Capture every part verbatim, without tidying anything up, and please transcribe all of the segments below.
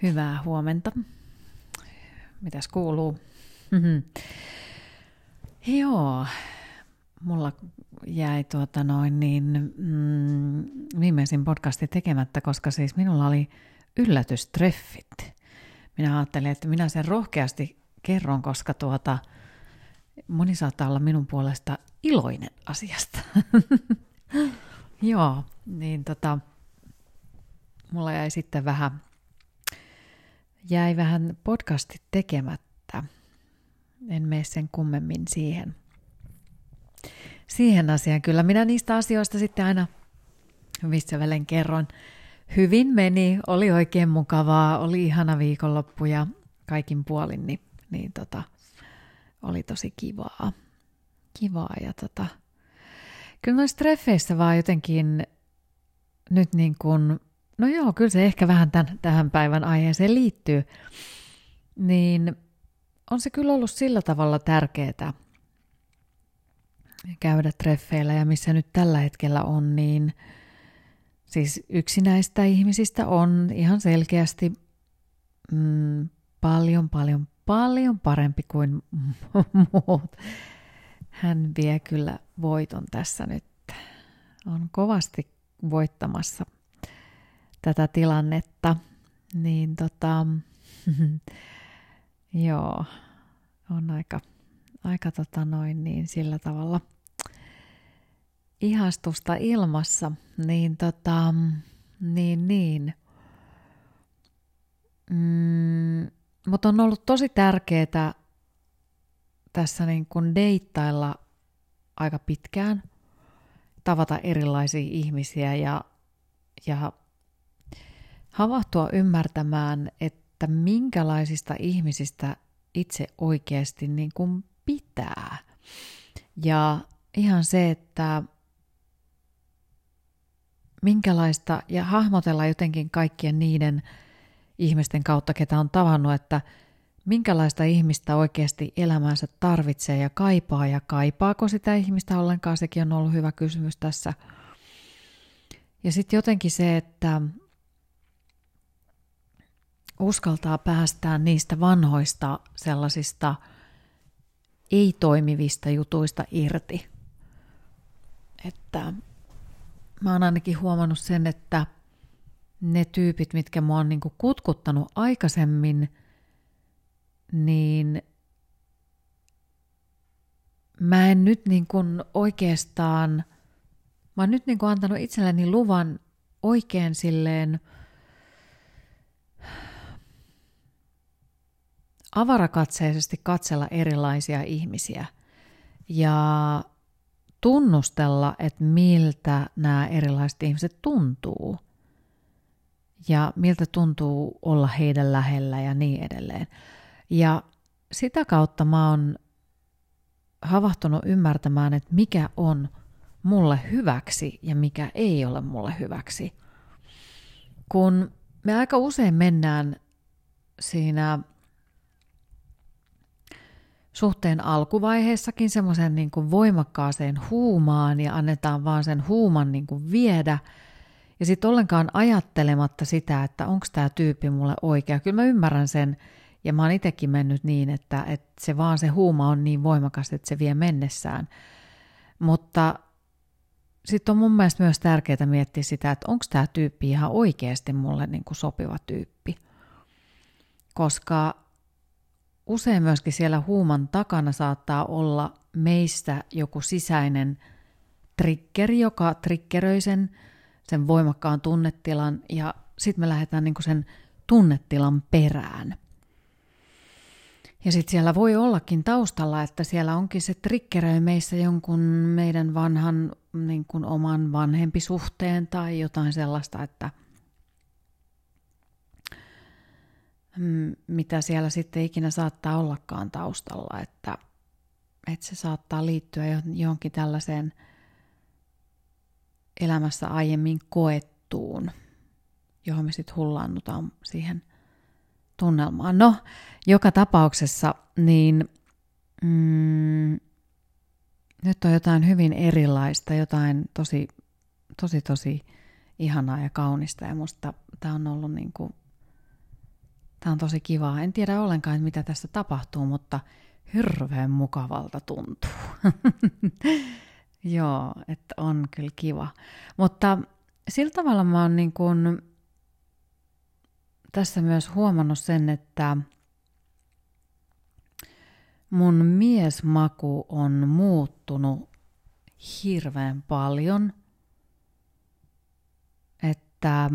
Hyvää huomenta. Mitäs kuuluu? Mm-hmm. Joo, mulla jäi tuota noin niin, mm, viimeisin podcasti tekemättä, koska siis minulla oli yllätystreffit. Minä ajattelin, että minä sen rohkeasti kerron, koska tuota, moni saattaa olla minun puolesta iloinen asiasta. Joo, niin tota, mulla jäi sitten vähän, jäi vähän podcastit tekemättä. En mene sen kummemmin siihen. Siihen asiaan. Kyllä minä niistä asioista sitten aina vissävelen kerron. Hyvin meni, oli oikein mukavaa, oli ihana viikonloppu ja kaikin puolin, niin, niin tota, oli tosi kivaa. Kivaa ja tota, kyllä noissa treffeissä vaan jotenkin nyt niin kuin, no joo, kyllä se ehkä vähän tämän, tähän päivän aiheeseen liittyy, niin on se kyllä ollut sillä tavalla tärkeää käydä treffeillä ja missä nyt tällä hetkellä on, niin siis yksi näistä ihmisistä on ihan selkeästi mm, paljon, paljon, paljon parempi kuin muut. Hän vie kyllä voiton tässä nyt. On kovasti voittamassa tätä tilannetta. Niin tota, joo, on aika, aika tota noin niin sillä tavalla ihastusta ilmassa. Niin tota, niin niin. Mm, mutta on ollut tosi tärkeää tässä niin kuin deittailla aika pitkään, tavata erilaisia ihmisiä ja, ja havahtua ymmärtämään, että minkälaisista ihmisistä itse oikeasti niin kuin pitää. Ja ihan se, että minkälaista, ja hahmotella jotenkin kaikkien niiden ihmisten kautta, ketä on tavannut, että minkälaista ihmistä oikeasti elämänsä tarvitsee ja kaipaa, ja kaipaako sitä ihmistä ollenkaan, sekin on ollut hyvä kysymys tässä. Ja sitten jotenkin se, että uskaltaa päästää niistä vanhoista sellaisista ei-toimivista jutuista irti. Että mä oon ainakin huomannut sen, että ne tyypit, mitkä mua on niinku kutkuttanut aikaisemmin, niin mä en nyt niin kuin oikeastaan, mä oon nyt niin kuin antanut itselleni luvan oikein silleen avarakatseisesti katsella erilaisia ihmisiä ja tunnustella, että miltä nämä erilaiset ihmiset tuntuu ja miltä tuntuu olla heidän lähellä ja niin edelleen. Ja sitä kautta mä oon havahtunut ymmärtämään, että mikä on mulle hyväksi ja mikä ei ole mulle hyväksi. Kun me aika usein mennään siinä suhteen alkuvaiheessakin semmoisen niin kuin voimakkaaseen huumaan ja annetaan vaan sen huuman niin kuin viedä ja sitten ollenkaan ajattelematta sitä, että onko tämä tyyppi mulle oikea. Kyllä mä ymmärrän sen. Ja mä oon itsekin mennyt niin, että, että se vaan se huuma on niin voimakas, että se vie mennessään. Mutta sitten on mun mielestä myös tärkeää miettiä sitä, että onko tämä tyyppi ihan oikeasti mulle niin kuin sopiva tyyppi. Koska usein myöskin siellä huuman takana saattaa olla meistä joku sisäinen triggeri, joka triggeröi sen, sen voimakkaan tunnetilan ja sitten me lähdetään niin kuin sen tunnetilan perään. Ja sitten siellä voi ollakin taustalla, että siellä onkin se triggeröi meissä jonkun meidän vanhan niin kuin oman vanhempisuhteen tai jotain sellaista, että mitä siellä sitten ikinä saattaa ollakaan taustalla, että, että se saattaa liittyä johonkin tällaiseen elämässä aiemmin koettuun, johon me sitten hullaannutaan siihen tunnelmaan. No, joka tapauksessa, niin mm, nyt on jotain hyvin erilaista, jotain tosi, tosi, tosi ihanaa ja kaunista. Ja musta tämä on ollut niin kuin Tämä on tosi kivaa. En tiedä ollenkaan, mitä tässä tapahtuu, mutta hirveän mukavalta tuntuu. Joo, että on kyllä kiva. Mutta sillä tavalla mä oon niin kuin tässä myös huomannut sen, että mun miesmaku on muuttunut hirveän paljon. Että,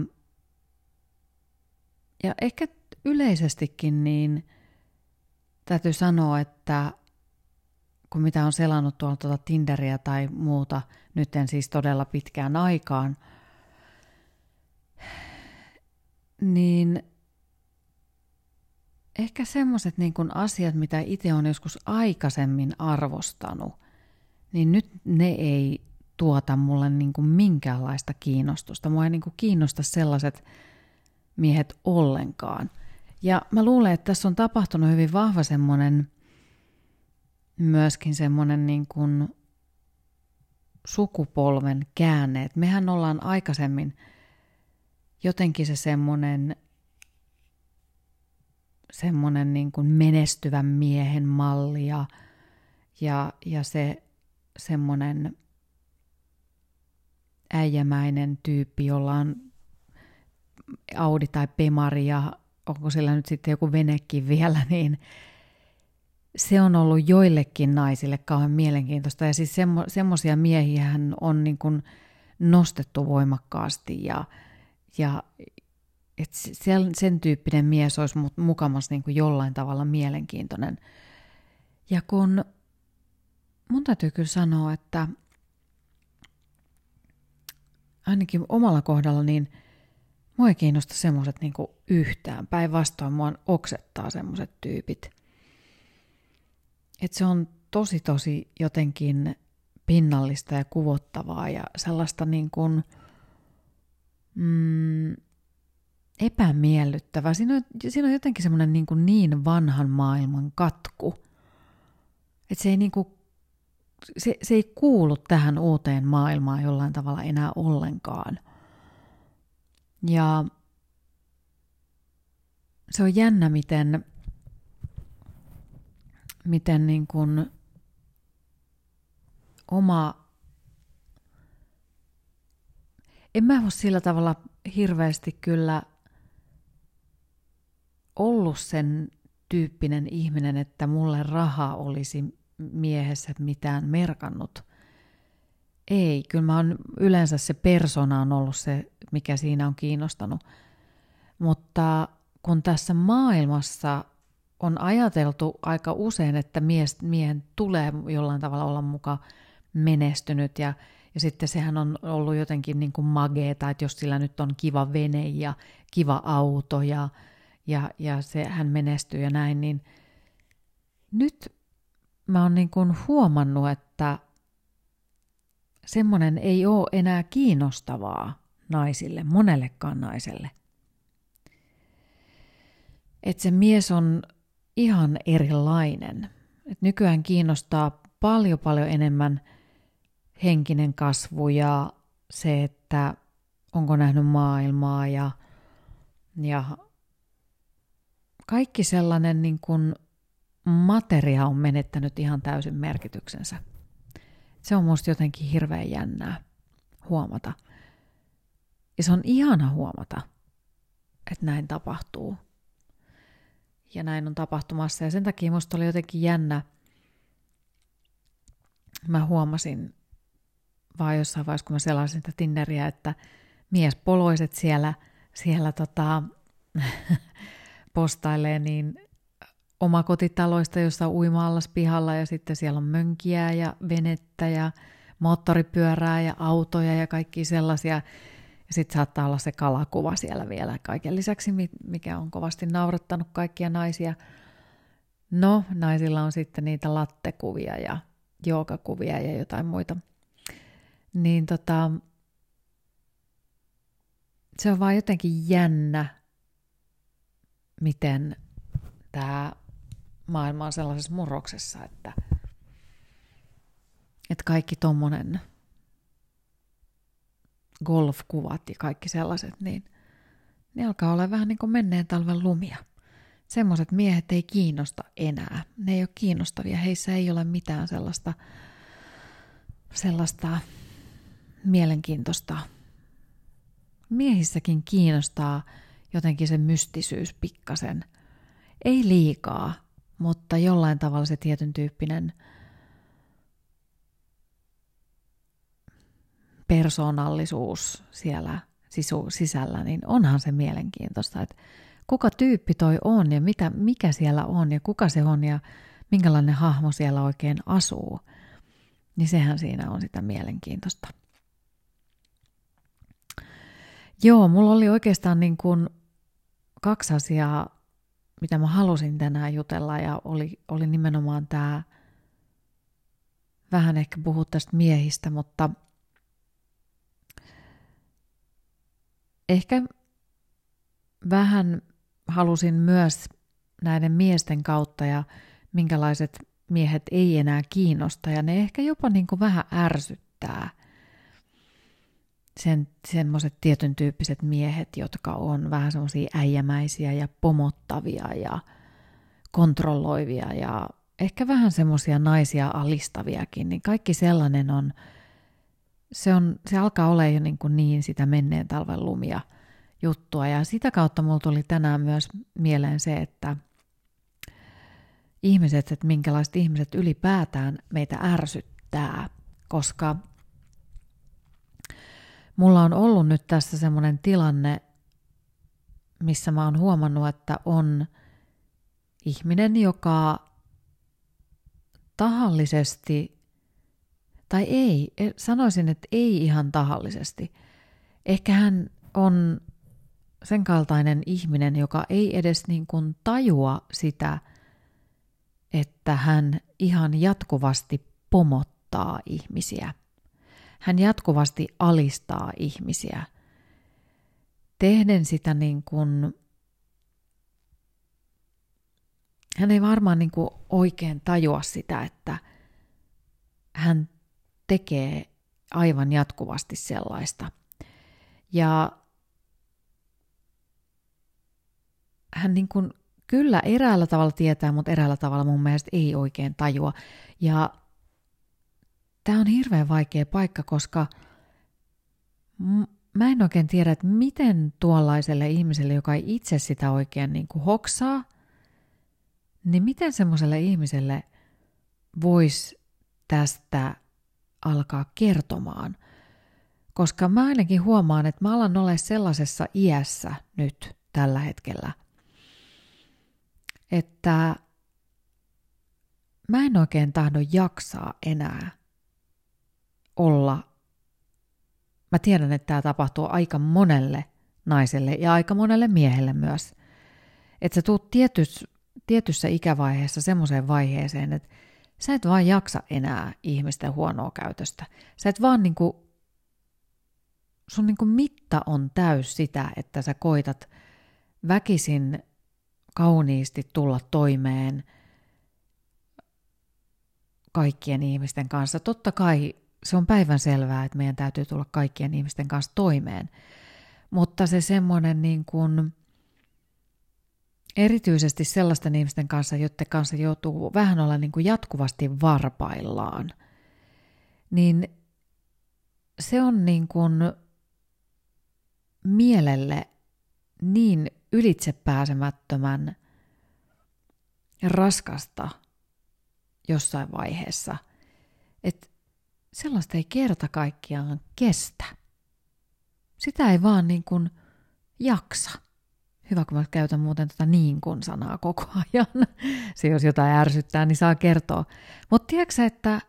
ja ehkä yleisestikin niin täytyy sanoa, että kun mitä on selannut tuolta tuota Tinderiä tai muuta, nyt en siis todella pitkään aikaan, niin ehkä semmoiset niin kuin asiat, mitä itse on joskus aikaisemmin arvostanut, niin nyt ne ei tuota mulle niin kuin minkäänlaista kiinnostusta. Mua ei niin kuin kiinnosta sellaiset miehet ollenkaan. Ja mä luulen, että tässä on tapahtunut hyvin vahva semmoinen, myöskin semmoinen niin kuin sukupolven käänne. Et mehän ollaan aikaisemmin jotenkin se semmoinen, semmoinen niin kuin menestyvän miehen malli ja, ja, ja se semmoinen äijämäinen tyyppi, jolla on Audi tai Bemari ja onko sillä nyt sitten joku venekin vielä, niin se on ollut joillekin naisille kauhean mielenkiintoista. Ja siis semmo, semmoisia miehiähän on niin kuin nostettu voimakkaasti ja, ja et sen, sen tyyppinen mies olisi mukamas niin kuin jollain tavalla mielenkiintoinen. Ja kun mun täytyy kyllä sanoa, että ainakin omalla kohdalla, niin mua ei kiinnosta semmoiset niinku yhtään. Päinvastoin mua oksettaa semmoiset tyypit. Et se on tosi tosi jotenkin pinnallista ja kuvottavaa ja sellaista niin kuin, mm, epämiellyttävää. Siinä on, siinä on jotenkin semmoinen niin, kuin niin vanhan maailman katku, että se ei niin kuin Se, se ei kuulu tähän uuteen maailmaan jollain tavalla enää ollenkaan. Ja se on jännä, miten, miten niin kuin oma... En mä ole sillä tavalla hirveästi kyllä ollut sen tyyppinen ihminen, että mulle raha olisi miehessä mitään merkannut. Ei, kyllä mä oon yleensä se persona on ollut se, mikä siinä on kiinnostanut. Mutta kun tässä maailmassa on ajateltu aika usein, että mies, miehen tulee jollain tavalla olla muka menestynyt ja, ja sitten sehän on ollut jotenkin niin kuin mageeta, että jos sillä nyt on kiva vene ja kiva auto ja, ja, ja se, hän menestyy ja näin, niin nyt mä oon niin kuin huomannut, että semmoinen ei ole enää kiinnostavaa naisille, monellekaan naiselle. Että se mies on ihan erilainen. Et nykyään kiinnostaa paljon paljon enemmän henkinen kasvu ja se, että onko nähnyt maailmaa ja, ja kaikki sellainen niin kuin materia on menettänyt ihan täysin merkityksensä. Se on musta jotenkin hirveän jännää huomata. Ja se on ihana huomata, että näin tapahtuu. Ja näin on tapahtumassa. Ja sen takia musta oli jotenkin jännä. Mä huomasin vaan jossain vaiheessa, kun mä selasin sitä Tinderiä, että miespoloiset siellä, siellä tota, postailee niin omakotitaloista, jossa on uima-allas pihalla ja sitten siellä on mönkiä ja venettä ja moottoripyörää ja autoja ja kaikki sellaisia. Ja sitten saattaa olla se kalakuva siellä vielä kaiken lisäksi, mikä on kovasti naurattanut kaikkia naisia. No, naisilla on sitten niitä lattekuvia ja joogakuvia ja jotain muita. Niin tota, se on vaan jotenkin jännä, miten tämä maailma on sellaisessa murroksessa, että, että kaikki tommonen golfkuvat ja kaikki sellaiset, niin ne alkaa olla vähän niin kuin menneen talven lumia. semmoiset miehet ei kiinnosta enää. Ne ei ole kiinnostavia. Heissä ei ole mitään sellaista, sellaista mielenkiintoista. Miehissäkin kiinnostaa jotenkin se mystisyys pikkasen. Ei liikaa, mutta jollain tavalla se tietyn tyyppinen persoonallisuus siellä sisu, sisällä, niin onhan se mielenkiintoista, että kuka tyyppi toi on ja mitä, mikä siellä on ja kuka se on ja minkälainen hahmo siellä oikein asuu, niin sehän siinä on sitä mielenkiintoista. Joo, mulla oli oikeastaan niin kuin kaksi asiaa, mitä mä halusin tänään jutella, ja oli, oli nimenomaan tämä, vähän ehkä puhua tästä miehistä, mutta ehkä vähän halusin myös näiden miesten kautta ja minkälaiset miehet ei enää kiinnosta, ja ne ehkä jopa niin kuin vähän ärsyttää. Sen, semmoiset tietyn tyyppiset miehet, jotka on vähän semmoisia äijämäisiä ja pomottavia ja kontrolloivia ja ehkä vähän semmoisia naisia alistaviakin, niin kaikki sellainen on, se, on, se alkaa olla jo niin, kuin niin sitä menneen talven lumia juttua. Ja sitä kautta mulla tuli tänään myös mieleen se, että ihmiset, että minkälaiset ihmiset ylipäätään meitä ärsyttää, koska mulla on ollut nyt tässä semmoinen tilanne, missä mä oon huomannut, että on ihminen, joka tahallisesti, tai ei, sanoisin, että ei ihan tahallisesti. Ehkä hän on sen kaltainen ihminen, joka ei edes niin kuin tajua sitä, että hän ihan jatkuvasti pomottaa ihmisiä. Hän jatkuvasti alistaa ihmisiä. Tehden sitä niin kuin, hän ei varmaan niin kuin oikein tajua sitä, että hän tekee aivan jatkuvasti sellaista. Ja hän niin kuin kyllä eräällä tavalla tietää, mutta eräällä tavalla mun mielestä ei oikein tajua. Ja tämä on hirveän vaikea paikka, koska mä en oikein tiedä, että miten tuollaiselle ihmiselle, joka ei itse sitä oikein niin kuin hoksaa, niin miten semmoiselle ihmiselle voisi tästä alkaa kertomaan. Koska mä ainakin huomaan, että mä alan olla sellaisessa iässä nyt tällä hetkellä, että mä en oikein tahdo jaksaa enää olla. Mä tiedän, että tämä tapahtuu aika monelle naiselle ja aika monelle miehelle myös. Että sä tuut tietys, tietyssä ikävaiheessa semmoiseen vaiheeseen, että sä et vaan jaksa enää ihmisten huonoa käytöstä. Sä et vaan niinku, sun niinku mitta on täys sitä, että sä koitat väkisin kauniisti tulla toimeen kaikkien ihmisten kanssa. Totta kai se on päivänselvää, että meidän täytyy tulla kaikkien ihmisten kanssa toimeen. Mutta se semmoinen niin kuin, erityisesti sellaisten ihmisten kanssa, joiden kanssa joutuu vähän olla niin kuin jatkuvasti varpaillaan, niin se on niin kuin mielelle niin ylitsepääsemättömän raskasta jossain vaiheessa, että sellaista ei kerta kaikkiaan kestä. Sitä ei vaan niin kuin jaksa. Hyvä, kun mä käytän muuten tätä niin kuin sanaa koko ajan. Se jos jotain ärsyttää, niin saa kertoa. Mutta tiedätkö, että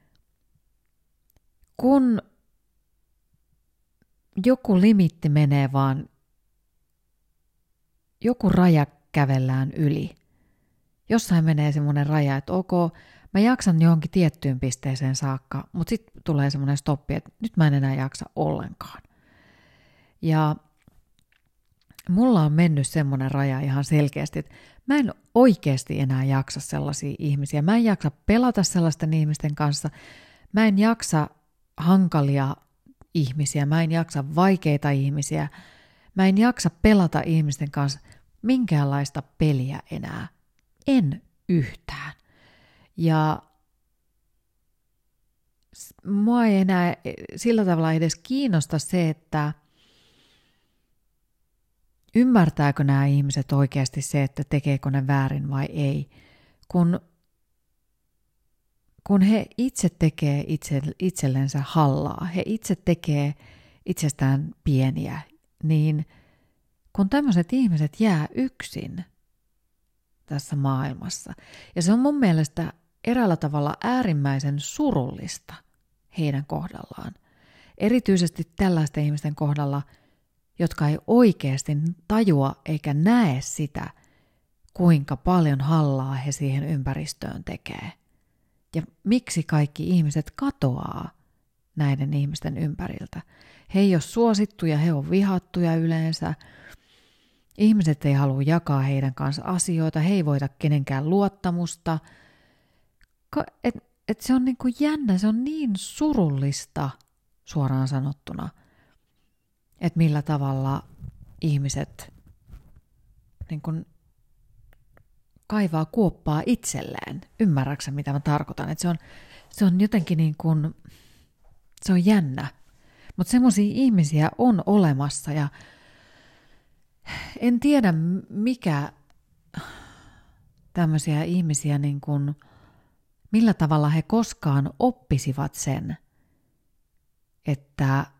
kun joku limitti menee vaan, joku raja kävellään yli. Jossain menee semmoinen raja, että ok, mä jaksan johonkin tiettyyn pisteeseen saakka, mutta sitten tulee semmoinen stoppi, että nyt mä en enää jaksa ollenkaan. Ja mulla on mennyt semmoinen raja ihan selkeästi, että mä en oikeasti enää jaksa sellaisia ihmisiä. Mä en jaksa pelata sellaisten ihmisten kanssa. Mä en jaksa hankalia ihmisiä. Mä en jaksa vaikeita ihmisiä. Mä en jaksa pelata ihmisten kanssa. minkäänlaista peliä enää. En yhtään. Ja mua ei enää sillä tavalla edes kiinnosta se, että ymmärtääkö nämä ihmiset oikeasti se, että tekeekö ne väärin vai ei. Kun, kun he itse tekee itse, itsellensä hallaa, he itse tekee itsestään pieniä, niin kun tämmöiset ihmiset jää yksin tässä maailmassa. Ja se on mun mielestä eräällä tavalla äärimmäisen surullista heidän kohdallaan. Erityisesti tällaisten ihmisten kohdalla, jotka ei oikeasti tajua eikä näe sitä, kuinka paljon hallaa he siihen ympäristöön tekee. Ja miksi kaikki ihmiset katoaa näiden ihmisten ympäriltä. He ei ole suosittuja, he on vihattuja yleensä. Ihmiset ei halua jakaa heidän kanssa asioita, he ei voita kenenkään luottamusta. Et, et se on niin kuin jännä, se on niin surullista suoraan sanottuna, että millä tavalla ihmiset niin kuin kaivaa kuoppaa itselleen. Ymmärräksä, mitä mä tarkoitan? Et se, on, se on jotenkin niin kuin, se on jännä. Mutta semmoisia ihmisiä on olemassa ja en tiedä mikä tämmöisiä ihmisiä niin kuin, millä tavalla he koskaan oppisivat sen, että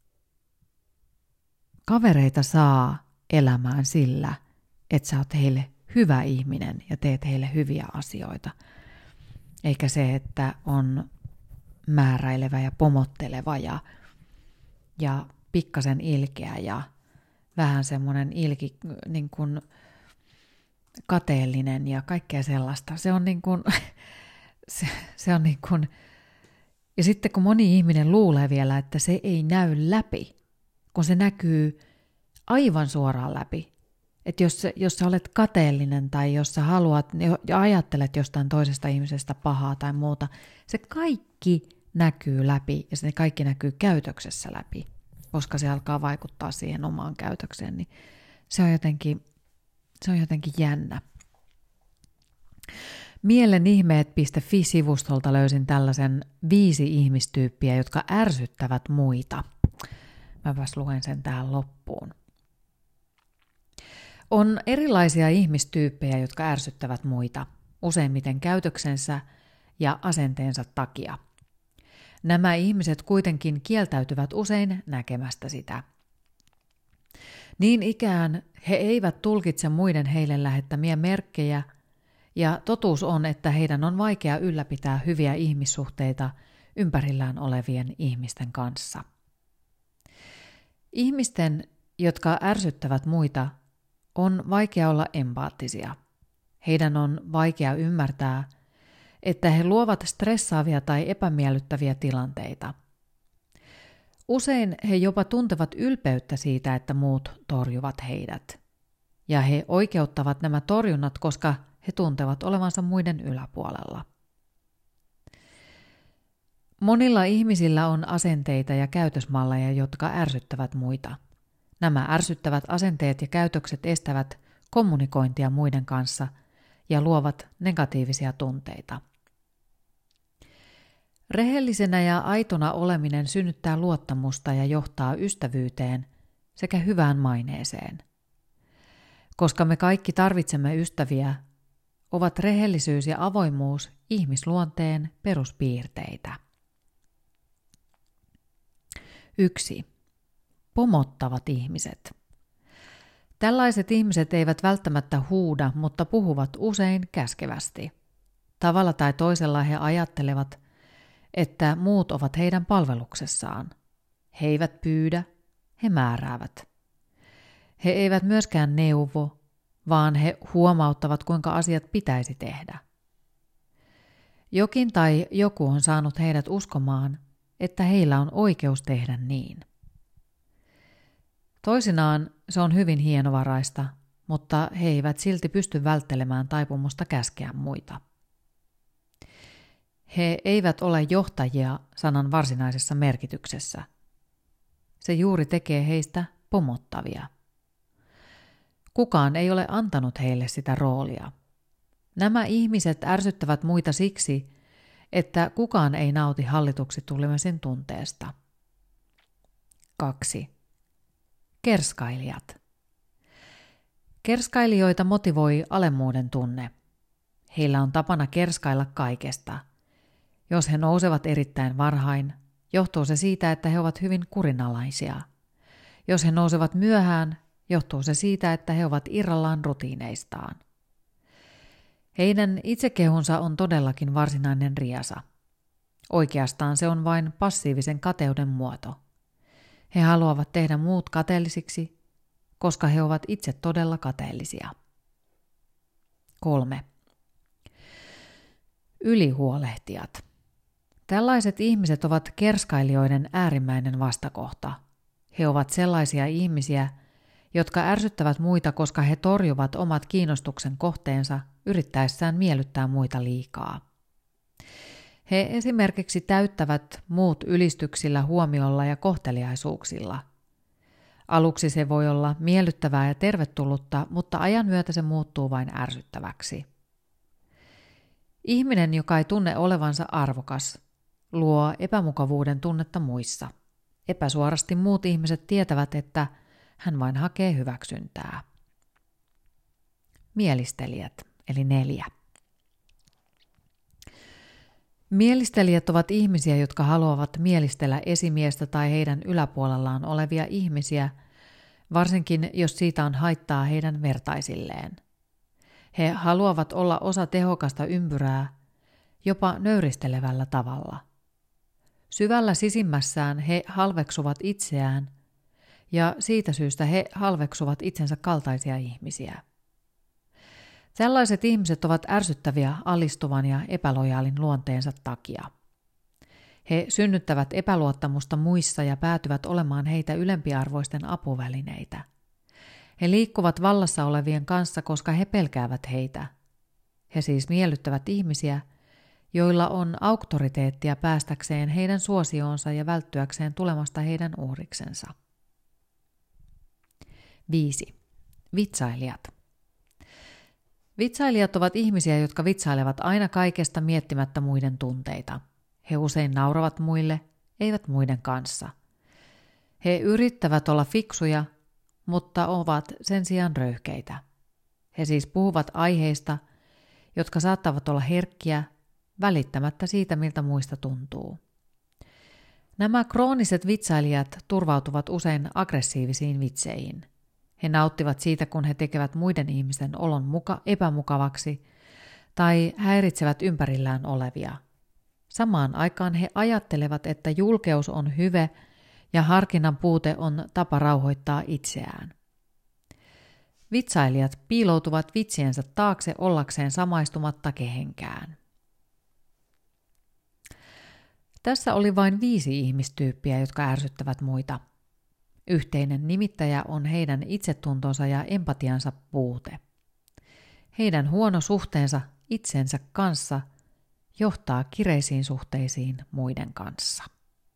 kavereita saa elämään sillä, että sä oot heille hyvä ihminen ja teet heille hyviä asioita. Eikä se, että on määräilevä ja pomotteleva ja, ja pikkasen ilkeä ja vähän semmoinen ilki, niin kuin kateellinen ja kaikkea sellaista. Se on niin kuin, se, se on niin kuin, ja sitten kun moni ihminen luulee vielä, että se ei näy läpi, kun se näkyy aivan suoraan läpi. Että jos, jos sä olet kateellinen tai jos sä haluat ja ajattelet jostain toisesta ihmisestä pahaa tai muuta, se kaikki näkyy läpi ja se kaikki näkyy käytöksessä läpi, koska se alkaa vaikuttaa siihen omaan käytökseen, niin se on jotenkin, se on jotenkin jännä. Mielenihmeet piste fi-sivustolta löysin tällaisen viisi ihmistyyppiä, jotka ärsyttävät muita. Mäpäs luen sen tähän loppuun. On erilaisia ihmistyyppejä, jotka ärsyttävät muita, useimmiten käytöksensä ja asenteensa takia. Nämä ihmiset kuitenkin kieltäytyvät usein näkemästä sitä. Niin ikään he eivät tulkitse muiden heille lähettämiä merkkejä, ja totuus on, että heidän on vaikea ylläpitää hyviä ihmissuhteita ympärillään olevien ihmisten kanssa. Ihmisten, jotka ärsyttävät muita, on vaikea olla empaattisia. Heidän on vaikea ymmärtää, että he luovat stressaavia tai epämiellyttäviä tilanteita. Usein he jopa tuntevat ylpeyttä siitä, että muut torjuvat heidät. Ja he oikeuttavat nämä torjunnat, koska he tuntevat olevansa muiden yläpuolella. Monilla ihmisillä on asenteita ja käytösmalleja, jotka ärsyttävät muita. Nämä ärsyttävät asenteet ja käytökset estävät kommunikointia muiden kanssa ja luovat negatiivisia tunteita. Rehellisenä ja aitona oleminen synnyttää luottamusta ja johtaa ystävyyteen sekä hyvään maineeseen. Koska me kaikki tarvitsemme ystäviä, ovat rehellisyys ja avoimuus ihmisluonteen peruspiirteitä. yksi. Pomottavat ihmiset. Tällaiset ihmiset eivät välttämättä huuda, mutta puhuvat usein käskevästi. Tavalla tai toisella he ajattelevat, että muut ovat heidän palveluksessaan. He eivät pyydä, he määräävät. He eivät myöskään neuvo, vaan he huomauttavat, kuinka asiat pitäisi tehdä. Jokin tai joku on saanut heidät uskomaan, että heillä on oikeus tehdä niin. Toisinaan se on hyvin hienovaraista, mutta he eivät silti pysty välttelemään taipumusta käskeä muita. He eivät ole johtajia sanan varsinaisessa merkityksessä. Se juuri tekee heistä pomottavia. Kukaan ei ole antanut heille sitä roolia. Nämä ihmiset ärsyttävät muita siksi, että kukaan ei nauti hallituksi tulemisen tunteesta. kaksi. Kerskailijat. Kerskailijoita motivoi alemmuuden tunne. Heillä on tapana kerskailla kaikesta. Jos he nousevat erittäin varhain, johtuu se siitä, että he ovat hyvin kurinalaisia. Jos he nousevat myöhään, johtuu se siitä, että he ovat irrallaan rutiineistaan. Heidän itsekehunsa on todellakin varsinainen riasa. Oikeastaan se on vain passiivisen kateuden muoto. He haluavat tehdä muut kateellisiksi, koska he ovat itse todella kateellisia. kolme. Ylihuolehtijat. Tällaiset ihmiset ovat kerskailijoiden äärimmäinen vastakohta. He ovat sellaisia ihmisiä, jotka ärsyttävät muita, koska he torjuvat omat kiinnostuksen kohteensa yrittäessään miellyttää muita liikaa. He esimerkiksi täyttävät muut ylistyksillä, huomiolla ja kohteliaisuuksilla. Aluksi se voi olla miellyttävää ja tervetullutta, mutta ajan myötä se muuttuu vain ärsyttäväksi. Ihminen, joka ei tunne olevansa arvokas, luo epämukavuuden tunnetta muissa. Epäsuorasti muut ihmiset tietävät, että hän vain hakee hyväksyntää. Mielistelijät, eli neljä. Mielistelijät ovat ihmisiä, jotka haluavat mielistellä esimiestä tai heidän yläpuolellaan olevia ihmisiä, varsinkin jos siitä on haittaa heidän vertaisilleen. He haluavat olla osa tehokasta ympyrää, jopa nöyristelevällä tavalla. Syvällä sisimmässään he halveksuvat itseään, ja siitä syystä he halveksuvat itsensä kaltaisia ihmisiä. Tällaiset ihmiset ovat ärsyttäviä alistuvan ja epälojaalin luonteensa takia. He synnyttävät epäluottamusta muissa ja päätyvät olemaan heitä ylempiarvoisten apuvälineitä. He liikkuvat vallassa olevien kanssa, koska he pelkäävät heitä. He siis miellyttävät ihmisiä, joilla on auktoriteettia päästäkseen heidän suosioonsa ja välttyäkseen tulemasta heidän uhriksensa. viisi. Vitsailijat. Vitsailijat ovat ihmisiä, jotka vitsailevat aina kaikesta miettimättä muiden tunteita. He usein nauravat muille, eivät muiden kanssa. He yrittävät olla fiksuja, mutta ovat sen sijaan röyhkeitä. He siis puhuvat aiheista, jotka saattavat olla herkkiä, välittämättä siitä, miltä muista tuntuu. Nämä krooniset vitsailijat turvautuvat usein aggressiivisiin vitseihin. He nauttivat siitä, kun he tekevät muiden ihmisten olon muka epämukavaksi tai häiritsevät ympärillään olevia. Samaan aikaan he ajattelevat, että julkeus on hyve ja harkinnan puute on tapa rauhoittaa itseään. Vitsailijat piiloutuvat vitsiensä taakse ollakseen samaistumatta kehenkään. Tässä oli vain viisi ihmistyyppiä, jotka ärsyttävät muita. Yhteinen nimittäjä on heidän itsetuntonsa ja empatiansa puute. Heidän huono suhteensa itsensä kanssa johtaa kireisiin suhteisiin muiden kanssa.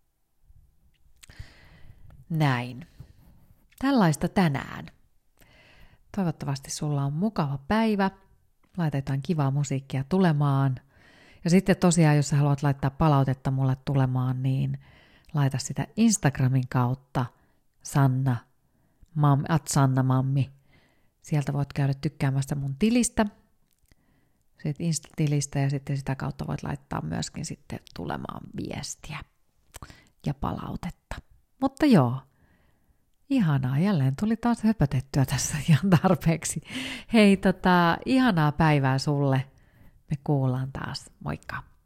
Näin. Tällaista tänään. Toivottavasti sulla on mukava päivä. Laitetaan kivaa musiikkia tulemaan. Ja sitten tosiaan, jos sä haluat laittaa palautetta mulle tulemaan, niin laita sitä Instagramin kautta Sanna, mam, at Sanna Mammi. Sieltä voit käydä tykkäämästä mun tilistä, siitä Insta-tilistä, ja sitten sitä kautta voit laittaa myöskin sitten tulemaan viestiä ja palautetta. Mutta joo, ihanaa, jälleen tuli taas höpötettyä tässä ihan tarpeeksi. Hei, tota, ihanaa päivää sulle. Me kuullaan taas. Moikka!